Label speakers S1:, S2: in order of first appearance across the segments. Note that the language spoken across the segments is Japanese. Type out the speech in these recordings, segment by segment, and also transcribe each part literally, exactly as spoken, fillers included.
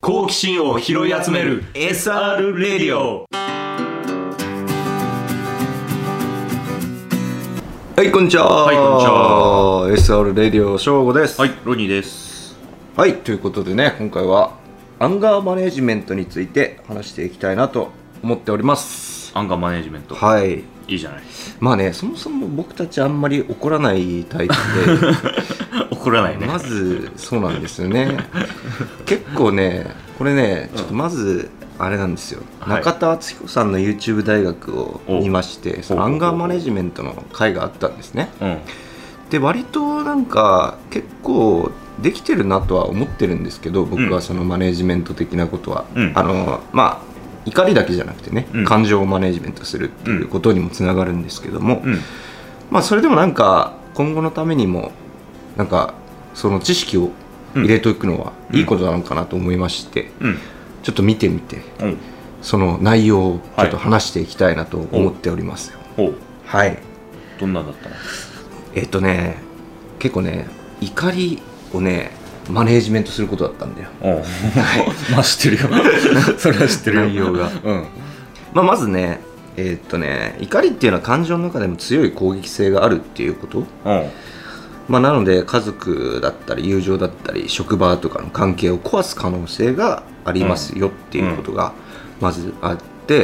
S1: 好奇心を拾い集める エスアール レディオ。
S2: はい、こんにちは。
S1: はい、こんにちは。
S2: エスアール レディオ翔吾です。
S1: はい、ロニーです。
S2: はい、ということでね、今回はアンガーマネジメントについて話していきたいなと思っております。
S1: アンガーマネジメント、
S2: はい、
S1: いいじゃない。
S2: まあね、そもそも僕たちあんまり怒らないタイプで
S1: 怒らないね。
S2: まずそうなんですよね。結構ね、これね、ちょっとまずあれなんですよ、
S1: はい、
S2: 中田敦彦さんの YouTube 大学を見まして、そのアンガーマネジメントの会があったんですね。うん、で割となんか結構できてるなとは思ってるんですけど、僕はそのマネジメント的なことは、うん、あのまあ怒りだけじゃなくてね、うん、感情をマネジメントするっていうことにもつながるんですけども、うん、まあそれでもなんか今後のためにもなんかその知識を入れておくのはいいことなのかなと思いまして、うん、ちょっと見てみて、うん、その内容をちょっと話していきたいなと思っておりますよ。
S1: はい、
S2: はい。
S1: どんなだったの？
S2: えっとね、結構ね、怒りをねマネージメントすることだったんだよ。
S1: まあ知ってるよ。それは知ってるよ。
S2: 内容が、うん、まあ、まずね、えー、っとね怒りっていうのは感情の中でも強い攻撃性があるっていうこと、まあ、なので家族だったり友情だったり職場とかの関係を壊す可能性がありますよっていうことがまずあって、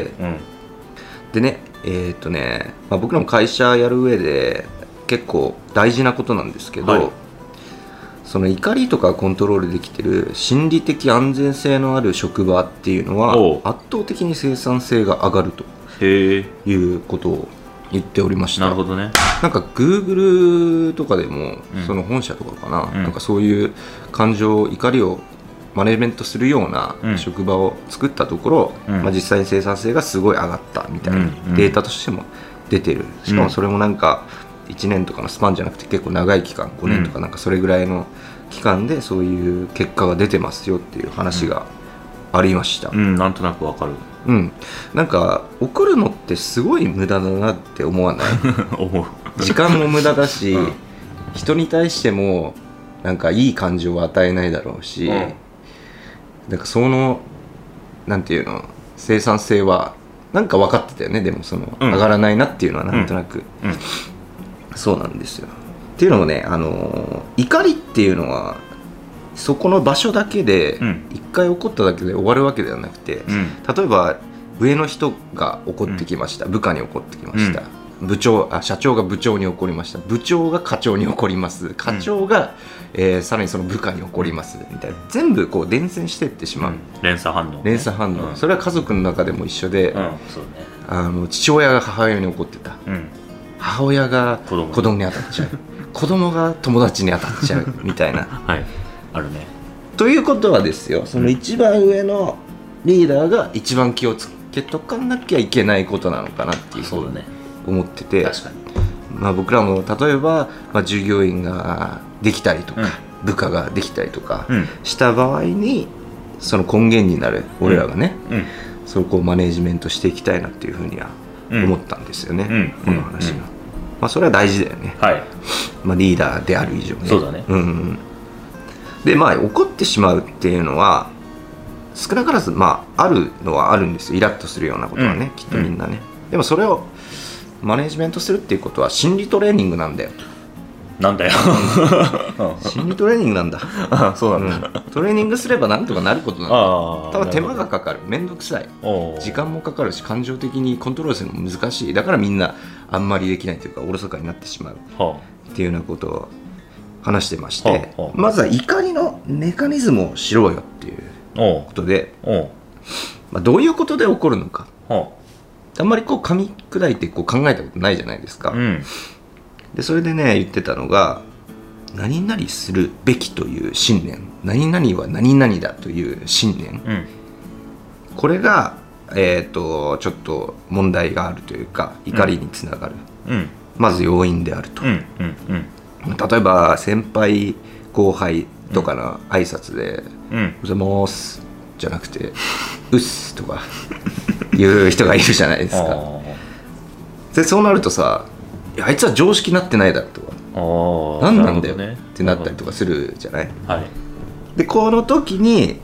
S2: うんうん、でねえー、っとね、まあ、僕らも会社やる上で結構大事なことなんですけど、はい、その怒りとかコントロールできてる心理的安全性のある職場っていうのは圧倒的に生産性が上がるということを言っておりました。
S1: なるほどね。
S2: なんか Google とかでも、うん、その本社とかかな、うん、なんかそういう感情怒りをマネジメントするような職場を作ったところ、うん、まあ、実際に生産性がすごい上がったみたいなデータとしても出てる。しかもそれもなんかいちねんとかのスパンじゃなくて結構長い期間、ごねんとかなんかそれぐらいの期間でそういう結果が出てますよっていう話がありました。
S1: うん、うん、なんとなくわかる。
S2: うん、なんか怒るのってすごい無駄だなって思わない？
S1: 思う。
S2: 時間も無駄だし、うん、人に対してもなんかいい感情を与えないだろうし、うん、なんかそのなんていうの生産性はなんか分かってたよね。でもその、うん、上がらないなっていうのはなんとなく、うんうん、そうなんですよ。っていうのもね、あのー、怒りっていうのはそこの場所だけで一回起こっただけで終わるわけではなくて、うん、例えば上の人が怒ってきました、うん、部下に怒ってきました、うん、部長あ社長が部長に怒りました、部長が課長に怒ります、課長が、うん、えー、さらにその部下に怒りますみたいな、全部こう伝染していってしまう、うん、
S1: 連鎖反応、ね、
S2: 連鎖反応、うん、それは家族の中でも一緒で、うん、そうね、あの父親が母親に怒ってた、うん、母親が子供に、子供に当たっちゃう子供が友達に当たっちゃうみたいな、
S1: はい、あるね。
S2: ということはですよ、その一番上のリーダーが一番気をつけとかなきゃいけないことなのかなっていうふうに思ってて、
S1: 確かに、
S2: まあ、僕らも例えば、まあ、従業員ができたりとか、うん、部下ができたりとかした場合に、その根源になる俺らがね、うんうん、そこをマネージメントしていきたいなっていうふうには思ったんですよね、うん、この話が、うんうん、まあ、それは大事だよね、はい、まあ、リーダーである以上ね。
S1: そうだね、
S2: うん、でまあ怒ってしまうっていうのは少なからずまああるのはあるんですよ。イラッとするようなことはね、うん、きっとみんなね、うん、でもそれをマネージメントするっていうことは心理トレーニングなんだよ。
S1: なんだよ
S2: 心理トレーニングなんだ。
S1: ああ、そうなんだ、
S2: うん、トレーニングすればなんとかなることなんだよ。ただ手間がかかる、めんどくさい、時間もかかるし、感情的にコントロールするのも難しい。だからみんなあんまりできないというかおろそかになってしまうっていうようなことを話してまして、はあはあ、まずは怒りのメカニズムを知ろうよっていうことで、まあ、どういうことで起こるのか、はあ、あんまりこう噛み砕いてこう考えたことないじゃないですか、うん、でそれでね言ってたのが、何々するべきという信念、何々は何々だという信念、うん、これが、えーと、ちょっと問題があるというか怒りにつながる、うん、まず要因であると、うんうんうん、例えば先輩後輩とかの挨拶で「おはようございます」じゃなくて「うっす」とか言う人がいるじゃないですか。でそうなるとさ、あいつは常識になってないだろとか、何なんだよってなったりとかするじゃない、はい、でこの時に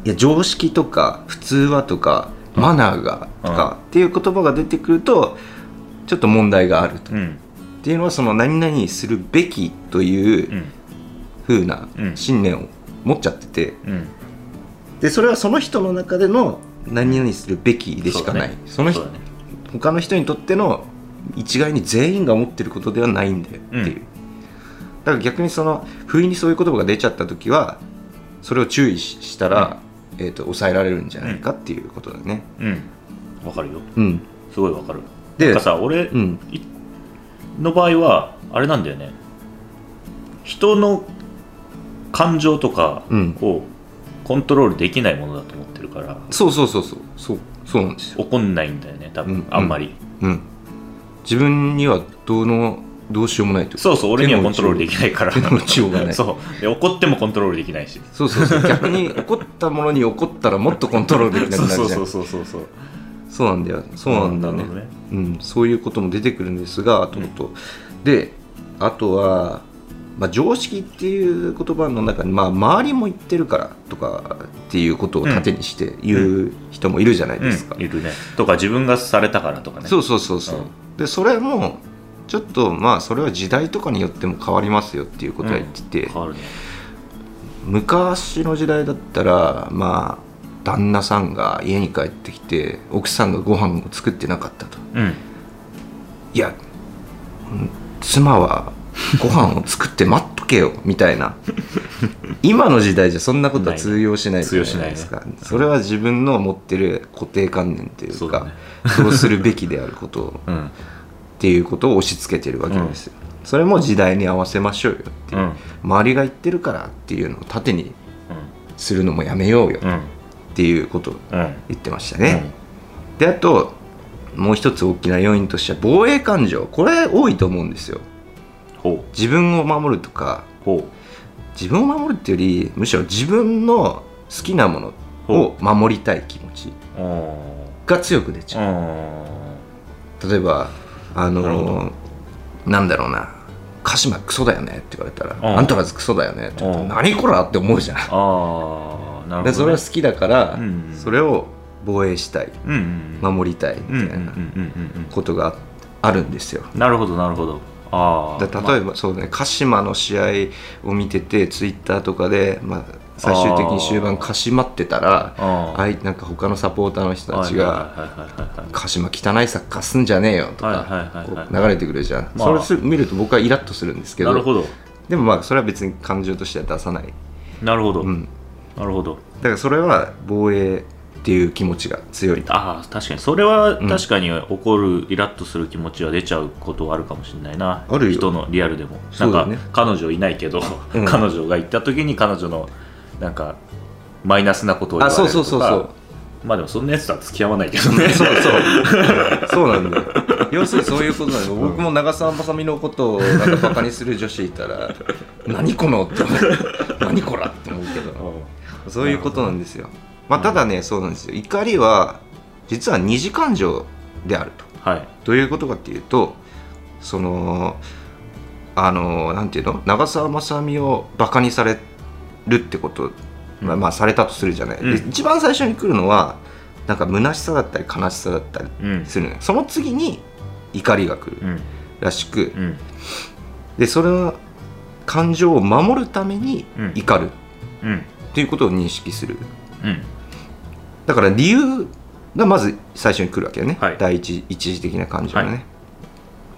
S2: いや常識とか普通はとかマナーがとかっていう言葉が出てくるとちょっと問題があると、うん、っていうのはその何々するべきという風な信念を持っちゃってて、うん、でそれはその人の中での何々するべきでしかない、その人、ね、他の人にとっての一概に全員が思ってることではないんだよっていう、うん、だから逆にその不意にそういう言葉が出ちゃった時はそれを注意したら、うん、えーと抑えられるんじゃないかっていうことだね。
S3: うん、わ、うん、かるよ、うん、すごいわかる。
S2: で
S3: なんかさ俺、うん、の場合はあれなんだよね、人の感情とかをコントロールできないものだと思ってるから、うん、
S2: そうそうそうそうそうそうなんですよ。
S3: 怒んないんだよね多分、うん、あんまり、
S2: うんうん、自分にはどうのどうしようもないと。
S3: そうそう、俺にはコントロールできないから
S2: 手の打ちようがない
S3: そうで怒ってもコントロールできないし、
S2: そうそうそう逆に怒ったものに怒ったらもっとコントロールできなくなるじゃん。
S3: そうそうそうそうそう
S2: そうなんだよ、そうなんだね、うんね、うん、そういうことも出てくるんですが、と、うん、であとは、まあ、常識っていう言葉の中に、まあ、周りも言ってるからとかっていうことを盾にして言う人もいるじゃないですか、
S3: うんうん、いるね。とか自分がされたからとかね。
S2: そうそうそうそう、うん、でそれもちょっとまあそれは時代とかによっても変わりますよっていうことは言ってて、うん、変わるね。昔の時代だったらまあ旦那さんが家に帰ってきて奥さんがご飯を作ってなかったと、うん、いや妻はご飯を作って待っとけよみたいな今の時代じゃそんなことは通用しないじゃないですか、ね、それは自分の持ってる固定観念というか、そうだね、そうするべきであることを、うん、っていうことを押し付けてるわけですよ、うん、それも時代に合わせましょうよっていう、うん、周りが言ってるからっていうのを盾にするのもやめようよ、うんっていうことを言ってましたね、うん、であともう一つ大きな要因としては防衛感情、これ多いと思うんですよ。ほう、自分を守るとか、ほう、自分を守るっていうよりむしろ自分の好きなものを守りたい気持ちが強く出ちゃう。例えばあのー、なんだろうな、鹿島クソだよねって言われたら、アントラーズクソだよねって言ったら何こらって思うじゃん。あでそれは好きだから、うんうん、それを防衛したい、うんうん、守りたいみたいなことがあるんですよ。
S3: なるほどなるほど。あ
S2: だ例えば、まあ、そうね、鹿島の試合を見ててツイッターとかで、まあ、最終的に終盤鹿島ってたらああなんか他のサポーターの人たちが鹿島汚いサッカーすんじゃねえよとか流れてくるじゃん、まあ、それ見ると僕はイラッとするんですけど、
S3: なるほど。
S2: でもまあそれは別に感情としては出さない。
S3: なるほど、
S2: うん、
S3: なるほど。
S2: だからそれは防衛っていう気持ちが強い。
S3: ああ確かにそれは確かに怒る、うん、イラッとする気持ちは出ちゃうことはあるかもしれないな。あるよ、人のリアルでも。なんか、ね、彼女いないけど、うん、彼女が行った時に彼女のなんかマイナスなことを言われるとか。あそうそうそうそう。まあでもそんなやつとは付き合わないけどね。
S2: そうそうそうなんだよ。要するにそういうことなんだよ。僕も長澤まさみのことをなんかバカにする女子いたら何このって思う何こらって思うけど、そういうことなんですよ。まあ、ただね、そうなんですよ。怒りは実は二次感情であると、はい、どういうことかっていうと、そのあのなんていうの、長澤まさみをバカにされるってこと、まあ、まあされたとするじゃない、うん、で一番最初に来るのはなんか虚しさだったり悲しさだったりするのよ、うん、その次に怒りが来るらしく、うん、でそれの感情を守るために怒る、うん、っていうことを認識する、うん、だから理由がまず最初に来るわけよね、はい、第一一時的な感情がね、はい、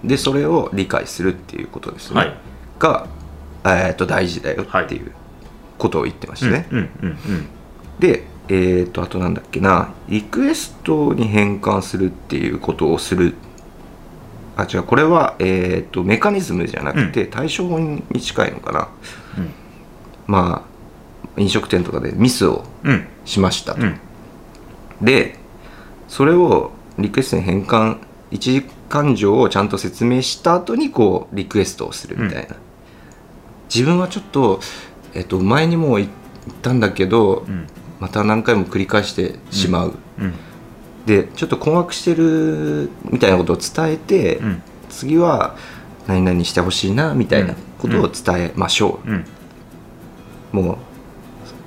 S2: でそれを理解するっていうことですね、はい、が、えー、と大事だよっていうことを言ってましたね、で、えー、とあとなんだっけな、リクエストに変換するっていうことをする、あ違う、これは、えー、とメカニズムじゃなくて対処法に近いのかな、うん、まあ飲食店とかでミスをしましたと、うん、でそれをリクエストに変換、一時感情をちゃんと説明した後にこうリクエストをするみたいな、うん、自分はちょっと、えっと、前にも言ったんだけど、うん、また何回も繰り返してしまう、うんうん、でちょっと困惑してるみたいなことを伝えて、うん、次は何々してほしいなみたいなことを伝えましょう、うんうん、もう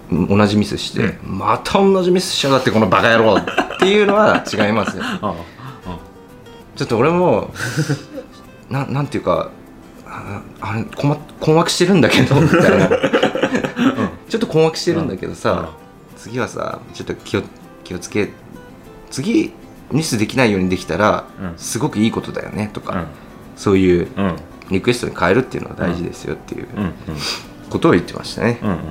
S2: 同じミスして、うん、また同じミスしやがってこのバカ野郎っていうのは違いますよああちょっと俺もな, なんていうかああれ困困惑してるんだけどみたいな、うん、ちょっと困惑してるんだけどさ、うん、次はさちょっと気を気をつけ次ミスできないようにできたら、うん、すごくいいことだよねとか、うん、そういうリクエストに変えるっていうのが大事ですよっていうことを言ってましたね、うんうんうんうん、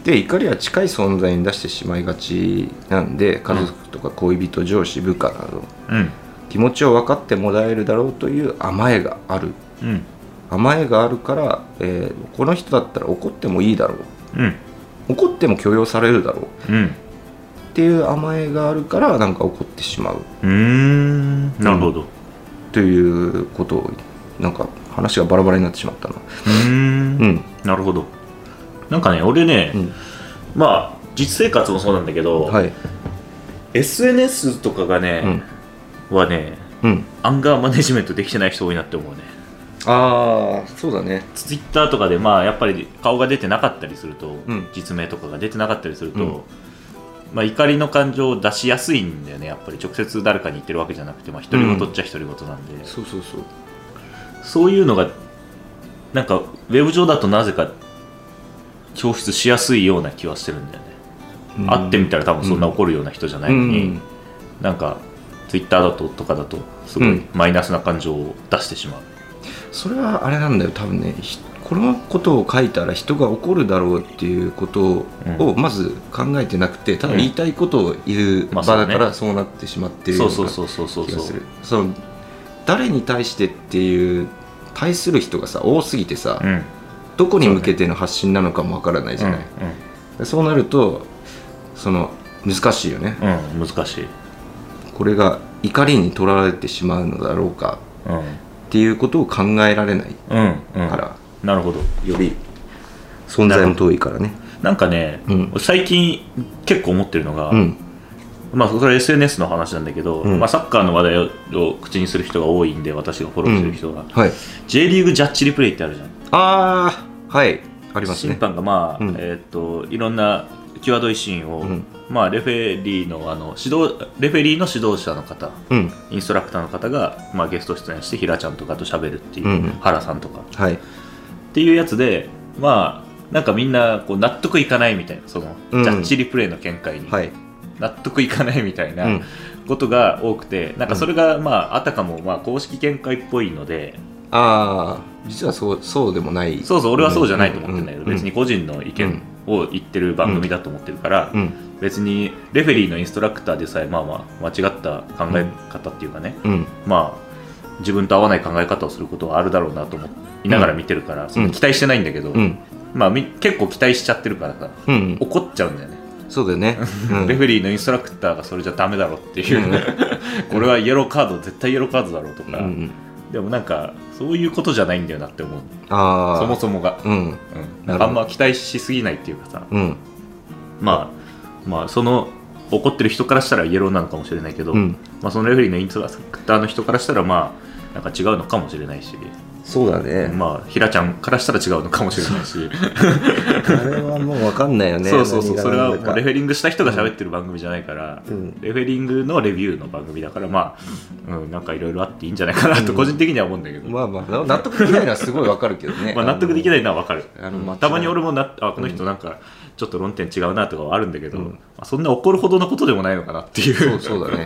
S2: で怒りは近い存在に出してしまいがちなんで家族とか恋人上司部下など、うん、気持ちを分かってもらえるだろうという甘えがある、うん、甘えがあるから、えー、この人だったら怒ってもいいだろう、うん、怒っても許容されるだろう、うん、っていう甘えがあるからなんか怒ってしまう
S3: うーんなるほど、うん、
S2: ということをなんか話がバラバラになってしまったなう
S3: ーん、うん、なるほどなんかね俺ね、うん、まあ実生活もそうなんだけど、はい、エスエヌエス とかがね、うん、はね、うん、アンガーマネジメントできてない人多いなって思うね
S2: ああそうだね
S3: ツイッターとかでまあやっぱり顔が出てなかったりすると、うん、実名とかが出てなかったりすると、うんまあ、怒りの感情を出しやすいんだよねやっぱり直接誰かに言ってるわけじゃなくてまあ独り言っちゃ独り言なんで、
S2: うん、そうそうそう
S3: そういうのがなんかウェブ上だとなぜか表出しやすいような気はしてるんだよね、うん、会ってみたら多分そんな怒るような人じゃないのに、うん、なんかツイッターだととかだとすごいマイナスな感情を出してしまう、うん、
S2: それはあれなんだよ多分ねこのことを書いたら人が怒るだろうっていうことをまず考えてなくてただ言いたいことを言う場だからそうなってしまっているような気がするその誰に対してっていう対する人がさ多すぎてさ、うん、どこに向けての発信なのかもわからないじゃない そう,、ねうんうん、そうなるとその難しいよね、
S3: うん、難しい
S2: これが怒りにとらわれてしまうのだろうか、うん、っていうことを考えられないから、うんうん、
S3: なるほど
S2: より存在も遠いからね
S3: なんかね、うん、最近結構思ってるのが、うんまあ、それは エスエヌエス の話なんだけど、うんまあ、サッカーの話題を口にする人が多いんで私がフォローしてる人が、うんはい、J リーグジャッジリプレイってあるじゃん
S2: ああはいありますね
S3: 審判がまあ、うんえー、っといろんな際どいシーンを、うんまあ、レフェリーの、あの指導レフェリーの指導者の方、うん、インストラクターの方が、まあ、ゲスト出演して平ちゃんとかと喋るっていう、うん、原さんとか、はい、っていうやつでまあなんかみんなこう納得いかないみたいなその、うん、ジャッジリプレイの見解に、はい納得いかないみたいなことが多くて、うん、なんかそれがまああたかもまあ公式見解っぽいので、
S2: ああ実はそうそうでもない
S3: そうそう俺はそうじゃないと思ってんだけど、うん、別に個人の意見を言ってる番組だと思ってるから、うん、別にレフェリーのインストラクターでさえまあまあ間違った考え方っていうかね、うん、まあ自分と合わない考え方をすることはあるだろうなと思いながら見てるから、そんな期待してないんだけど、うん、まあ結構期待しちゃってるからさ、うん、怒っちゃうんだよね
S2: そうだよね、
S3: うん、レフェリーのインストラクターがそれじゃダメだろっていう、うん、これはイエローカード絶対イエローカードだろうとか、うん、でもなんかそういうことじゃないんだよなって思うあそもそもが、うんうん、なんかあんま期待しすぎないっていうかさ、うん、まあまあその怒ってる人からしたらイエローなのかもしれないけど、うんまあ、そのレフェリーのインストラクターの人からしたらまあなんか違うのかもしれないし
S2: そうだね
S3: まあひらちゃんからしたら違うのかもしれないし
S2: あれはもう分かんないよね
S3: そうそうそうそれはもうレフェリングした人が喋ってる番組じゃないから、うん、レフェリングのレビューの番組だからまあ、うん、なんかいろいろあっていいんじゃないかなと個人的には思うんだけど、うん、
S2: まあまあ納得できないのはすごい分かるけどね
S3: まあ納得できないのは分かるあのたまに俺もなあこの人なんかちょっと論点違うなとかはあるんだけど、うんまあ、そんな怒るほどのことでもないのかなっていう
S2: そうそうだね、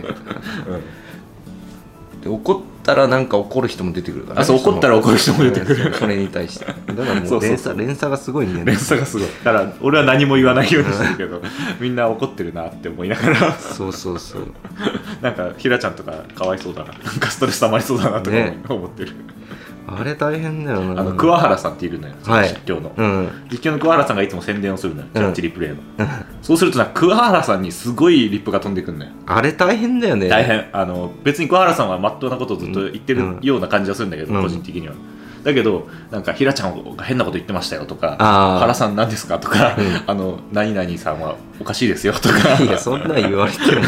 S2: うん、で怒ったらなんか怒る人も出てくるから、ね、
S3: あそう怒ったら怒る人も出てくる
S2: それに対してだからもう連鎖連鎖がすごいんだよ
S3: ね連鎖がすごいだから俺は何も言わないようにしてるけどみんな怒ってるなって思いながら
S2: そうそうそう
S3: なんかひらちゃんとかかわいそうだななんかストレス溜まりそうだなとか思ってる、ね
S2: あれ大変だよな
S3: あの桑原さんっているのよ、はい、実況の、うん、実況の桑原さんがいつも宣伝をするのよ、ジャッジリプレイの、うん、そうするとな桑原さんにすごいリップが飛んでくるのよ
S2: あれ大変だよね
S3: 大変あの別に桑原さんはまっとうなことをずっと言ってるような感じはするんだけど、うん、個人的にはだけどなんかひらちゃんが変なこと言ってましたよとか原さん何ですかとか、うん、あの何々さんはおかしいですよとか
S2: いやそんなん言われても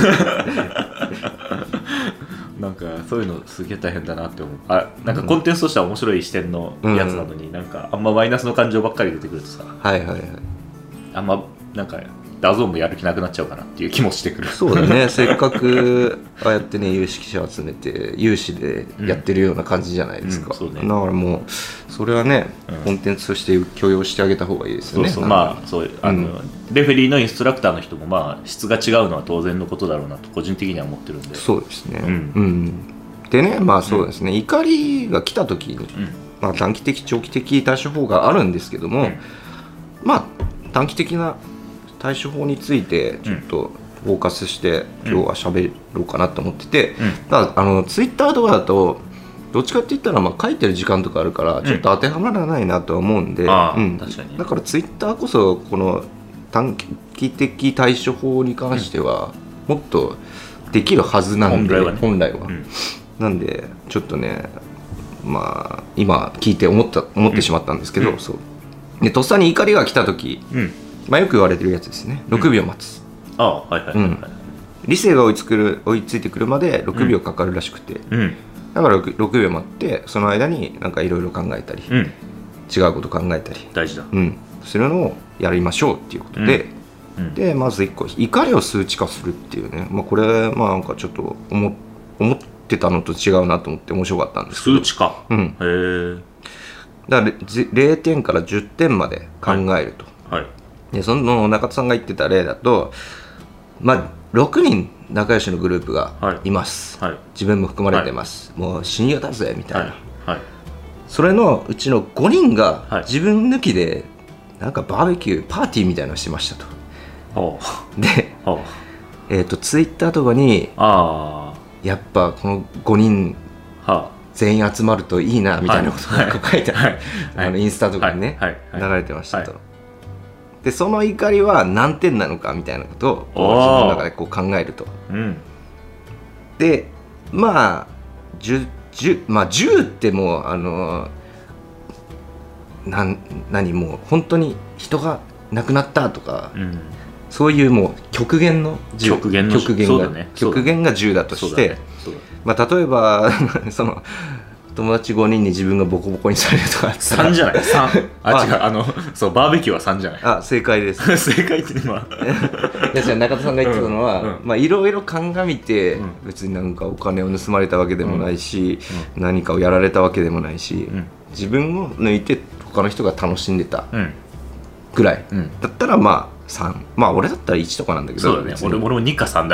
S3: なんかそういうのすげえ大変だなって思うあなんかコンテンツとしては面白い視点のやつなのに、うん、なんかあんまマイナスの感情ばっかり出てくるとさ
S2: はいはいはい
S3: あんまなんかダゾーンもやる気なくなっちゃうかなっていう気もしてくる。
S2: そうだねせっかくああやってね有識者集めて有志でやってるような感じじゃないですか、
S3: うんうんね、
S2: だからもうそれはね、うん、コンテンツとして許容してあげた方がいいですよね。
S3: そうそうまあそうあの、うん、レフェリーのインストラクターの人もまあ質が違うのは当然のことだろうなと個人的には思ってるんで。
S2: そうですね、うんうん、でねまあそうですね、うん、怒りが来た時に、うんまあ、短期的長期的対処法があるんですけども、うん、まあ短期的な対処法についてちょっとフォーカスして今日は喋ろうかなと思ってて、うん、ただあのツイッターとかだとどっちかって言ったらまあ書いてる時間とかあるからちょっと当てはまらないなとは思うんで、うんうん、確かにだからツイッターこそこの短期的対処法に関してはもっとできるはずなんで、本来は、ね本来はうん、なんでちょっとねまあ今聞いて思った思ってしまったんですけど、うん、そうでとっさに怒りが来た時、うんまあ、よく言われてるやつですねろくびょう待つ、
S3: うん、ああはいはいはい、はいうん、
S2: 理性が追いつくる追いついてくるまでろくびょうかかるらしくて、うん、だから 6, ろくびょう待ってその間になんかいろいろ考えたり、うん、違うこと考えたり
S3: 大事だ、
S2: うん、するのをやりましょうっていうことで、うん、でまずいっこ怒りを数値化するっていうね、まあ、これまあなんかちょっと 思, 思ってたのと違うなと思って面白かったんですけど
S3: 数値化、うん、へえ
S2: だかられいてんからじゅってんまで考えると、はいはい、でその中田さんが言ってた例だと、まあ、ろくにん仲良しのグループがいます、はいはい、自分も含まれてます、はい、もう親友だぜみたいな、はいはい、それのうちのごにんが自分抜きでなんかバーベキューパーティーみたいなのをしてましたと、はい、で、はいえー、とツイッターとかにあやっぱこのごにん全員集まるといいなみたいなことが書いてある、はい、あのインスタとかにね、はいはい、流れてましたと、はい、でその怒りは何点なのかみたいなことを自分の中でこう考えると、うん、でまあ 10, 10, まあじゅうってもうあのな何もう本当に人が亡くなったとか、うん、そういうもう極限のじゅう
S3: 極限の
S2: 極限が、ね、極限がじゅうだとして、まあ、例えばその友達ごにんに自分がボコボコにされるとか
S3: さんじゃないさんあ違うあのそうバーベキューはさんじゃない
S2: あ正解です
S3: 正解って今
S2: いや中田さんが言ってたのは、うんうん、まあいろいろ鑑みて、うん、別になんかお金を盗まれたわけでもないし、うん、何かをやられたわけでもないし、うん、自分を抜いて他の人が楽しんでたぐらい、うん、だったらまあさんまあ俺だったらいちとかなんだけど
S3: そうだね 俺, 俺もにかさんだ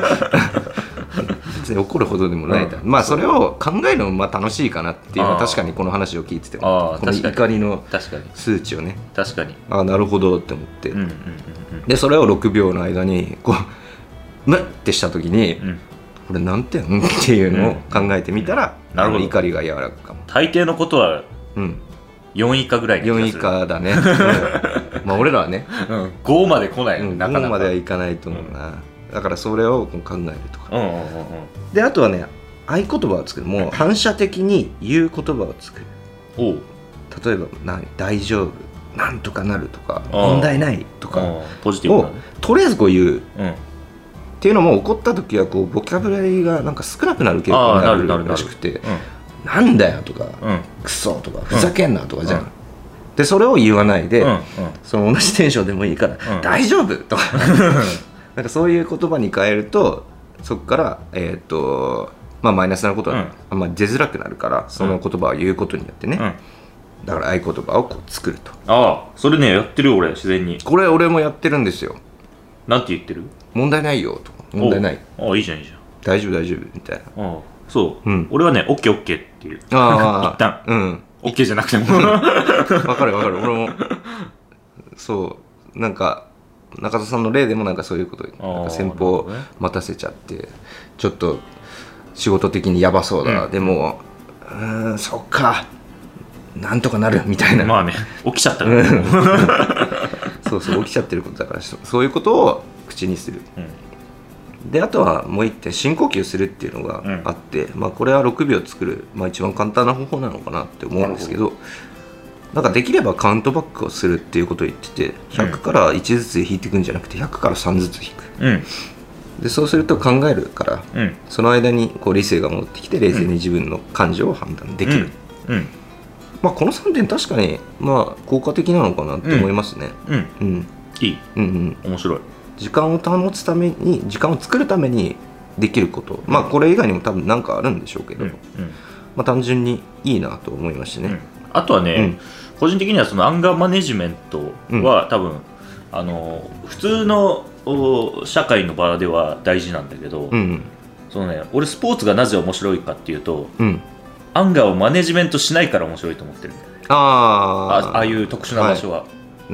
S2: 別に怒るほどでもない、うん、まあそれを考えるのもまあ楽しいかなっていうのは確かにこの話を聞いててもこの怒りの数値をね
S3: 確かに
S2: あなるほどって思って、うんうんうんうん、でそれをろくびょうの間にこうムッてした時に、うん、これ何点っていうのを考えてみたら、うん、なるほど怒りが和らぐかも
S3: 大抵のことは、うん、よん以下ぐらいの気がする
S2: よん以下だね、うん、まあ俺らはね、
S3: うん、ごまで来ない、
S2: うん、なかなかごまではいかないと思うな、うんだからそれを考えるとか、うんうんうんうん、であとはね合言葉を作るもう反射的に言う言葉を作るお例えば何大丈夫なんとかなるとか問題ないとか
S3: ポジティブな、ね、
S2: とりあえずこう言う、うん、っていうのも怒った時はこうボキャブラリーがなんか少なくなる傾向になるらしくて、うん、なんだよとか、うん、クソとかふざけんなとかじゃん、うん、でそれを言わないで、うんうん、その同じテンションでもいいから、うん、大丈夫とかなんかそういう言葉に変えるとそこから、えーとまあ、マイナスなことはあんまり出づらくなるから、うん、その言葉を言うことによってね、うん、だから合言葉をこう作ると
S3: ああそれねやってる俺自然に
S2: これ俺もやってるんですよ
S3: なんて言ってる
S2: 問題ないよとか問題ない
S3: ああいいじゃんいいじゃん
S2: 大丈夫大丈夫みたいなああ
S3: そう、うん、俺はね オーケーオーケー っていうあ一旦、うん、OK じゃなくても
S2: わかるわかる俺もそうなんか中田さんの例でもなんかそういうことなんか先方を待たせちゃって、ね、ちょっと仕事的にやばそうだ、うん、でもうーんそっかなんとかなるみたいな
S3: まあね起きちゃったから
S2: そうそう起きちゃってることだからそういうことを口にする、うん、であとはもう一点深呼吸するっていうのがあって、うんまあ、これはろくびょう作る、まあ、一番簡単な方法なのかなって思うんですけどなんかできればカウントバックをするっていうことを言っててひゃくからいちずつ引いていくんじゃなくてひゃくからさんずつ引く、うん、でそうすると考えるから、うん、その間にこう理性が戻ってきて冷静に自分の感情を判断できる、うんうんまあ、このさんてん確かにまあ効果的なのかなって思いますね、うんうんうん、
S3: いい、うんうん、面白い。
S2: 時間を保つために時間を作るためにできること、うん、まあこれ以外にも多分何かあるんでしょうけど、うんうん、まあ、単純にいいなと思いましてね、うん、
S3: あとはね、うん、個人的にはそのアンガーマネジメントは、うん、多分あの普通の社会の場では大事なんだけど、うんうん、そのね、俺スポーツがなぜ面白いかっていうと、うん、アンガーをマネジメントしないから面白いと思ってるんだよね。ああ、ああいう特殊な場所は、はい、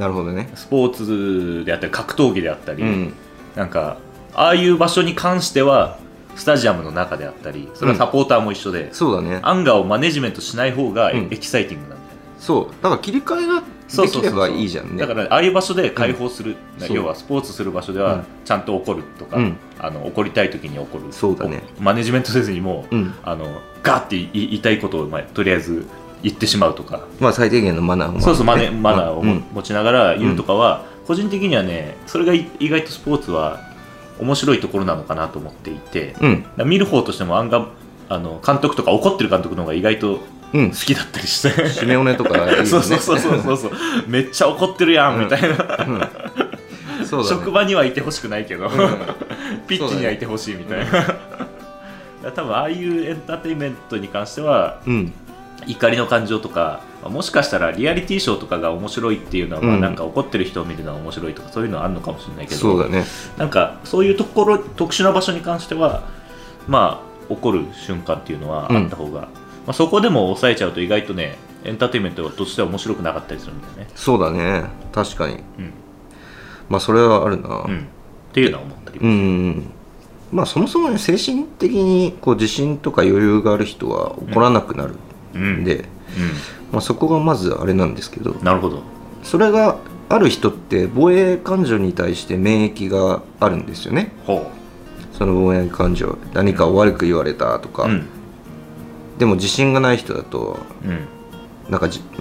S2: なるほどね。
S3: スポーツであったり格闘技であったり、うん、なんかああいう場所に関してはスタジアムの中であったり、それはサポーターも一緒で、うん、
S2: そうだね、
S3: アンガーをマネジメントしない方がエキサイティングなんだよね、
S2: うん、そうだから切り替えができればいいじゃんね。
S3: だからああいう場所で解放する、うん、要はスポーツする場所ではちゃんと怒るとか、うん、あの怒りたい時に怒る、
S2: そうだね、
S3: マネジメントせずにも、うん、あのガーって言いたいことを、まあ、とりあえず言ってしまうとか、
S2: まあ、最低限のマナーを、ね、
S3: そうそうマネマナーを、うん、持ちながら言うとかは、うん、個人的にはね、それが意外とスポーツは面白いところなのかなと思っていて、うん、見る方としてもアンガあの監督とか怒ってる監督の方が意外と好きだったりして、うん、
S2: シメオネとかいい、ね、
S3: そうそうそうそうそうめっちゃ怒ってるやん、うん、みたいな、うんうんそうだね、職場にはいてほしくないけど、うん、ピッチにはいてほしいみたいな、うん、多分ああいうエンターテインメントに関しては、うん、怒りの感情とか、もしかしたらリアリティショーとかが面白いっていうのは、うん、まあなんか怒ってる人を見るのは面白いとかそういうのはあるのかもしれないけど、
S2: そうだね、
S3: なんかそういうところ特殊な場所に関してはまあ怒る瞬間っていうのはあった方が、うん、まあ、そこでも抑えちゃうと意外とねエンターテインメントとしては面白くなかったりするんだよね。
S2: そうだね、確かに、うん、まあそれはあるな、うん、
S3: っていうのは思ったりもする。うん、
S2: まあそもそもね、精神的にこう自信とか余裕がある人は怒らなくなるんで、うんうん、まあ、そこがまずあれなんですけど、
S3: なるほど、
S2: それがある人って防衛感情に対して免疫があるんですよね。ほう、その防衛感情、何かを悪く言われたとか、うん、でも自信がない人だと、うん、なんかじ、うん、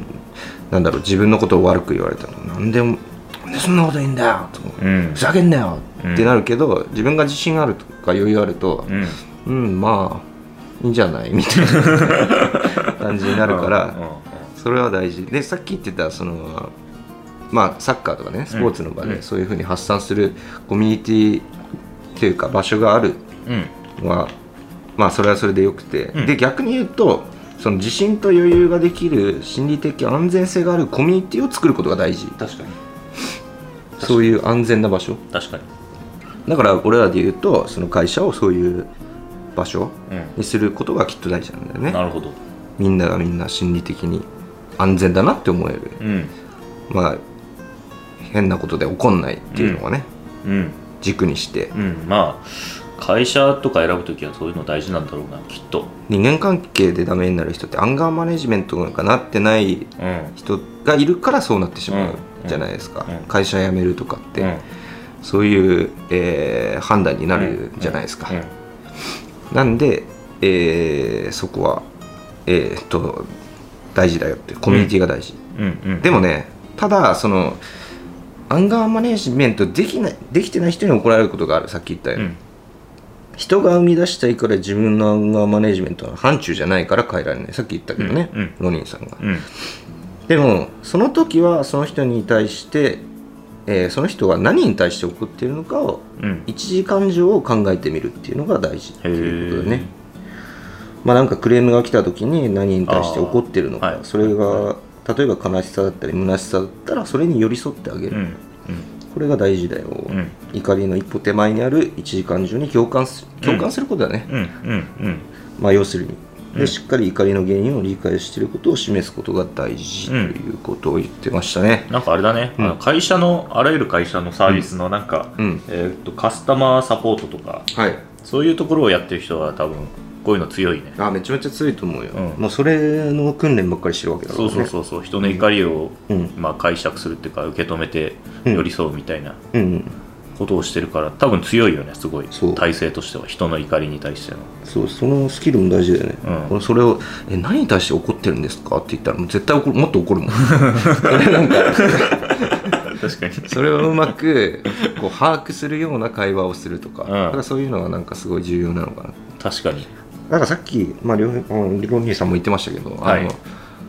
S2: なんだろう、自分のことを悪く言われたらなんでなんでそんなこと言うんだよと、うん、ふざけんなよってなるけど、自分が自信があるとか余裕あると、うん、うん、まあいいんじゃないみたいな感じになるからそれは大事で、さっき言ってたその、まあ、サッカーとかねスポーツの場でそういうふうに発散するコミュニティというか場所があるのは、まあそれはそれでよくて、で逆に言うとその自信と余裕ができる心理的安全性があるコミュニティを作ることが大事。
S3: 確かに、
S2: そういう安全な場所。
S3: 確かに。
S2: だから俺らで言うとその会社をそういう場所にすることがきっと大事なんだよね、うん、なるほど。みんながみんな心理的に安全だなって思える、うん、まあ変なことで怒んないっていうのがね、うんうん、軸にして、うん、ま
S3: あ会社とか選ぶときはそういうの大事なんだろうな、きっと。
S2: 人間関係でダメになる人ってアンガーマネジメントがなってない人がいるからそうなってしまうじゃないですか、うんうん、会社辞めるとかって、うん、そういう、えー、判断になるじゃないですか、うんうんうん、なんで、えー、そこは、えー、っと大事だよって、コミュニティが大事、うんうんうん、でもね、ただそのアンガーマネジメントできない、できてない人に怒られることがある。さっき言ったように、うん、人が生み出したいから自分のアンガーマネジメントは範疇じゃないから変えられない。さっき言ったけどね、うんうん、ロニンさんが、うん、でもその時はその人に対して、えー、その人が何に対して怒っているのかを、うん、一時感情を考えてみるっていうのが大事っていうことでね。まあなんかクレームが来た時に何に対して怒ってるのか、はい、それが例えば悲しさだったり虚しさだったらそれに寄り添ってあげる、うんうん、これが大事だよ、うん、怒りの一歩手前にある一時感情に共感する共感することだね、うんうんうん、まあ要するにでしっかり怒りの原因を理解していることを示すことが大事ということを言ってましたね、
S3: うん、なんかあれだね、うん、あの会社のあらゆる会社のサービスのなんか、うん、えー、っとカスタマーサポートとか、はい、そういうところをやってる人は多分こういうの強いね。
S2: あ、めちゃめちゃ強いと思うよ、うん、もうそれの訓練ばっかりしてるわけだからね。
S3: そうそうそうそう、人の怒りを、うん、まあ、解釈するっていうか受け止めて寄り添うみたいなことをしてるから、多分強いよね、すごい体制としては、人の怒りに対しての。
S2: そう、そのスキルも大事だよね、うん、それをえ何に対して怒ってるんですかって言ったらもう絶対怒る、もっと怒るもんそれなんか確かにそれをうまくこう把握するような会話をするとか、うん、だからそういうのはなんかすごい重要なのかな。
S3: 確かに。
S2: だからさっき、まあ、りょうにさんも言ってましたけど、はい、あの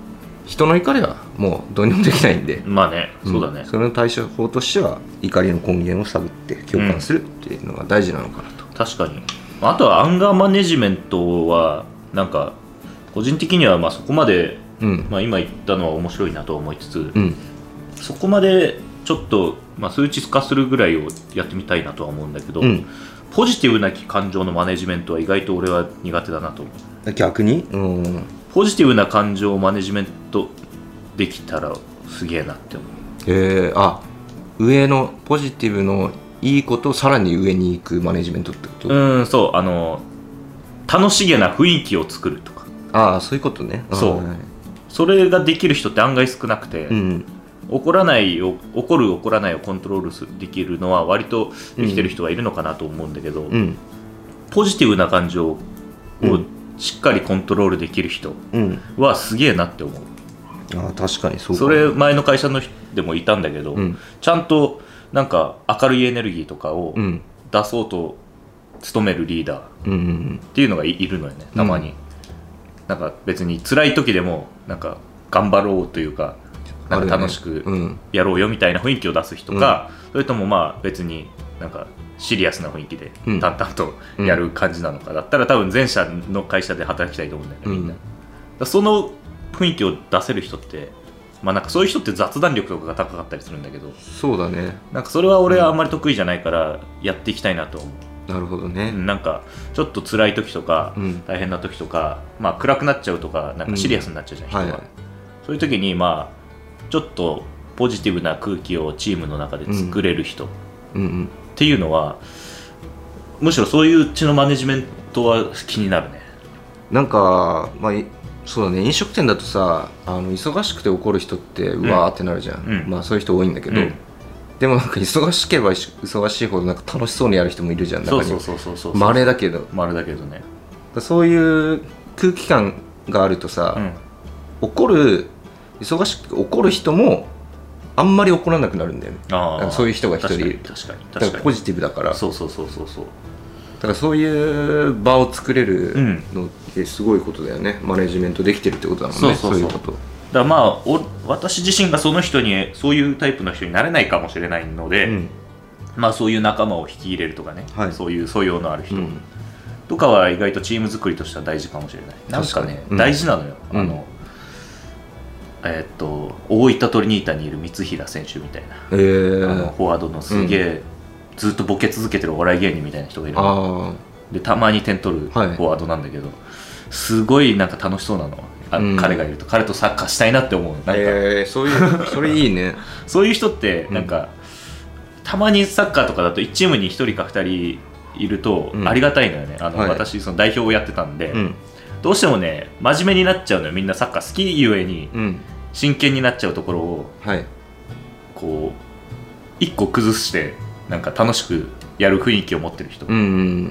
S2: 人の怒りはもうどうにもできないんで、
S3: まあね、そうだね、
S2: うん、それの対処法としては怒りの根源を探って共感するっていうのが大事なのかなと、
S3: うん、確かに。あとはアンガーマネジメントはなんか個人的にはまあそこまで、うん、まあ、今言ったのは面白いなと思いつつ、うん、そこまでちょっと、まあ、数値化するぐらいをやってみたいなとは思うんだけど、うん、ポジティブな感情のマネジメントは意外と俺は苦手だなと思う。
S2: 逆に、うん、
S3: ポジティブな感情をマネジメントできたらすげえなって思う。
S2: えー、あ、上のポジティブのいいことをさらに上に行くマネジメントってこと？
S3: うん、そう、あの楽しげな雰囲気を作るとか。
S2: ああ、そういうことね。
S3: そう、それができる人って案外少なくて、うん、怒らないを怒る怒らないをコントロールできるのは割とできてる人はいるのかなと思うんだけど、うん、ポジティブな感情をしっかりコントロールできる人はすげえなって思う。
S2: うん、あ、確かにそうか。
S3: それ前の会社の人でもいたんだけど、うん、ちゃんとなんか明るいエネルギーとかを出そうと努めるリーダーっていうのが い, いるのよね、たまに。うん、なんか別に辛い時でもなんか頑張ろうというか、なんか楽しくやろうよみたいな雰囲気を出す人か、うん、それともまあ別になんかシリアスな雰囲気で淡々とやる感じなのかだったら、多分前者の会社で働きたいと思うんだよね、みんな。だその雰囲気を出せる人って、まあなんかそういう人って雑談力とかが高かったりするんだけど、
S2: そうだね。
S3: なんかそれは俺はあんまり得意じゃないからやっていきたいなと思う。
S2: なるほどね。
S3: なんかちょっと辛い時とか、うん、大変な時とか、まあ暗くなっちゃうとか、なんかシリアスになっちゃうじゃん、うん、人は、はいはい、そういう時にまあちょっとポジティブな空気をチームの中で作れる人っていうのは、むしろそういううちのマネジメントは気になるね。
S2: なんか、まあ、そうだね、飲食店だとさ、あの忙しくて怒る人ってうわーってなるじゃん、うん、まあそういう人多いんだけど、うん、でもなんか忙しければ忙しいほどなんか楽しそうにやる人もいるじゃん。
S3: そうそうそうそうそう、
S2: 稀だけど
S3: 稀だけどね。
S2: そういう空気感があるとさ、うん、怒る忙しく怒る人もあんまり怒らなくなるんだよね。あ、そういう人が一人いる。
S3: 確かに確かに確かに。
S2: だからポジティブだから。
S3: そうそうそうそうそう。
S2: だからそういう場を作れるのってすごいことだよね、うん、マネジメントできてるってことだもんね。そうそうそう、そういうことだ
S3: からまあお私自身がその人にそういうタイプの人になれないかもしれないので、うん、まあそういう仲間を引き入れるとかね、はい、そういう素養のある人、うん、とかは意外とチーム作りとしては大事かもしれない。なんかね、うん、大事なのよ、あの、うん、えー、っと大分トリニータにいる三平選手みたいな、えー、あのフォワードのすげえ、うん、ずっとボケ続けてるお笑い芸人みたいな人がいるので、たまに点取るフォワードなんだけど、はい、すごいなんか楽しそうなの、あ、うん、彼がいると彼とサッカーしたいなって思う。なんか、
S2: えー、そういうそれいいね
S3: そういう人ってなんか、うん、たまにサッカーとかだといちチームにひとりかふたりいるとありがたいのよね、うん、あの、はい、私その代表をやってたんで、うん、どうしてもね真面目になっちゃうのよ。みんなサッカー好きゆえに真剣になっちゃうところを、はい、こう一個崩してなんか楽しくやる雰囲気を持ってる人、うんうん、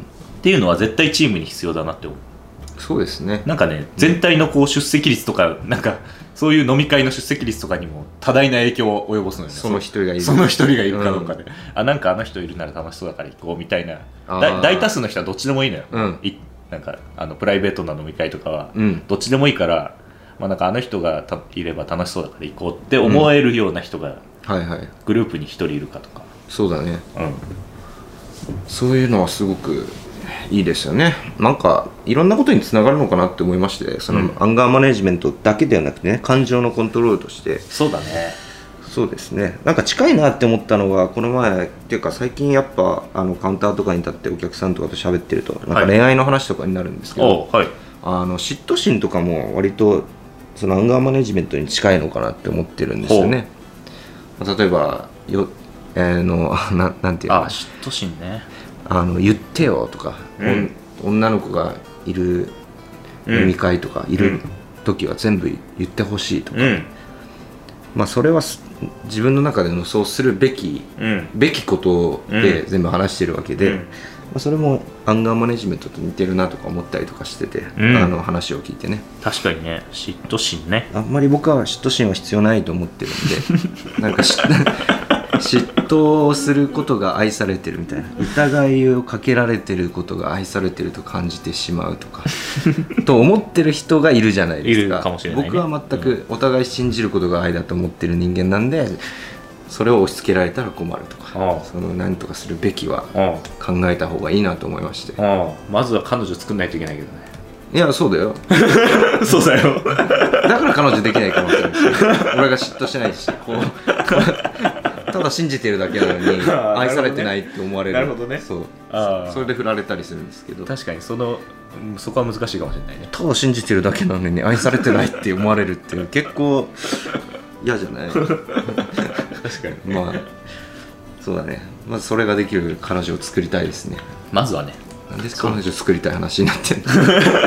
S3: っていうのは絶対チームに必要だなって思う。
S2: そうですね。
S3: なんかね、全体のこう出席率とか、なんかそういう飲み会の出席率とかにも多大な影響を及ぼすのよね。
S2: その一人がいる
S3: その一人がいるかどうかで、うん、あ、なんかあの人いるなら楽しそうだから行こうみたいな。大多数の人はどっちでもいいのよ、うん、いなんかあのプライベートな飲み会とかはどっちでもいいから、まあ、なんかあの人がたいれば楽しそうだから行こうって思えるような人がグループに一人いるかとか、
S2: そうだね、うん、そういうのはすごくいいですよね。なんかいろんなことにつながるのかなって思いまして、その、うん、アンガーマネジメントだけではなくてね、感情のコントロールとして。
S3: そうだね。
S2: そうですね。なんか近いなって思ったのがこの前っていうか、最近やっぱあのカウンターとかに立ってお客さんとかと喋ってるとなんか恋愛の話とかになるんですけど、はい、あの嫉妬心とかも割とそのアンガーマネジメントに近いのかなって思ってるんですよね。例えばよ、えー、のななんていうの、
S3: あ、嫉妬心ね。
S2: あの言ってよとか、うん、女の子がいる飲み会とか、うん、いる時は全部言ってほしいとか、うん、まあそれは自分の中でのそうするべき、うん、べきことで全部話してるわけで、うん、まあ、それもアンガーマネジメントと似てるなとか思ったりとかしてて、うん、あの話を聞いてね。
S3: 確かにね、嫉妬心ね。
S2: あんまり僕は嫉妬心は必要ないと思ってるんでなんか嫉妬することが愛されてるみたいな、疑いをかけられてることが愛されてると感じてしまうとかと思ってる人がいるじゃないですか。
S3: いるかもしれないね。
S2: 僕は全くお互い信じることが愛だと思ってる人間なんで、それを押し付けられたら困るとか、その何とかするべきは考えた方がいいなと思いまして。
S3: まずは彼女作んないといけないけどね。
S2: いや、そうだよ
S3: そうだよ
S2: だから彼女できないかもしれないし、俺が嫉妬してないし、こうただ信じてるだけなのに愛されてないって思われる。
S3: なるほどね。
S2: そう、あ、それで振られたりするんですけど、
S3: 確かにそのそこは難しいかもしれないね。
S2: ただ信じてるだけなのに愛されてないって思われるっていう結構嫌じゃない確かに、まあそうだね、まずそれができる彼女を作りたいですね。
S3: まずはね。
S2: なんで彼女作りたい話になってんの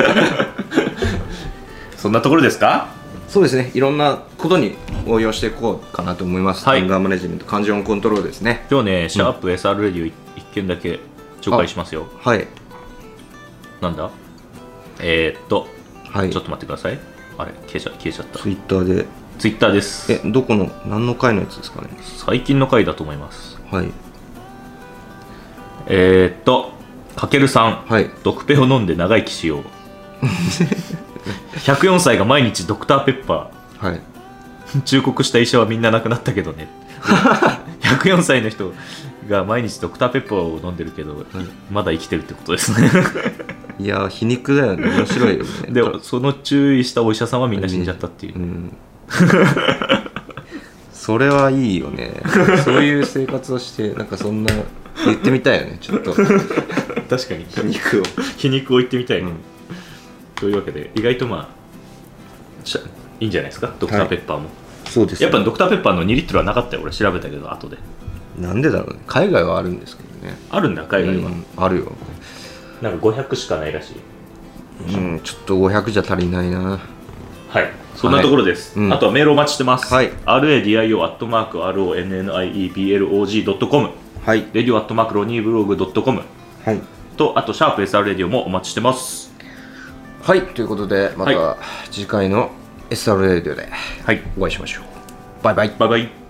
S3: そんなところですか。
S2: そうですね、いろんなことに応用していこうかなと思います。
S3: はい、
S2: アンガーマネジメント、感情コントロールですね。
S3: 今日ね、シャープ エスアール レディオ一件だけ紹介しますよ。
S2: はい。
S3: なんだえー、っと、
S2: はい、
S3: ちょっと待ってください。あれ消えちゃ消えちゃった。
S2: ツイッターで。
S3: ツイッターです。
S2: え、どこの何の回のやつですかね。
S3: 最近の回だと思います。
S2: はい。
S3: えー、っとかけるさん、
S2: はい、
S3: ドクペを飲んで長生きしようひゃくよんさいが毎日ドクターペッパ
S2: ー、はい、
S3: 忠告した医者はみんな亡くなったけどねひゃくよんさいの人が毎日ドクターペッパーを飲んでるけど、はい、まだ生きてるってことですね
S2: いや皮肉だよね。面白いよね
S3: でもその注意したお医者さんはみんな死んじゃったっていう、うん、
S2: それはいいよねそういう生活をしてなんかそんな言ってみたいよね、ちょっと確か
S3: に
S2: 皮肉を
S3: 皮肉を言ってみたい、うん、というわけで意外とまあいいんじゃないですか、ドクターペッパーも、はい、そうです、ね、やっぱドクターペッパーのにリットルはなかったよ、俺調べたけど後で。
S2: なんでだろうね、海外はあるんですけどね。
S3: あるんだ海外は、
S2: うん、あるよ。
S3: なんかごひゃくしかないらしい。
S2: うん、ちょっとごひゃくじゃ足りないな。
S3: はい、そんなところです、はい、うん、あとはメールお待ちしてます、はい、アールエーディーアイオー アットマーク アールオーエヌエヌアイイーピーエルオージー ドットコム、はい、レディオアットマークロニーブログドットコム、はい、とあとシャープ エスアール レディオもお待ちしてます。
S2: はい、ということでまた次回の エスアール レディオでお会いしましょう、はい、バイバイ
S3: バイバイ。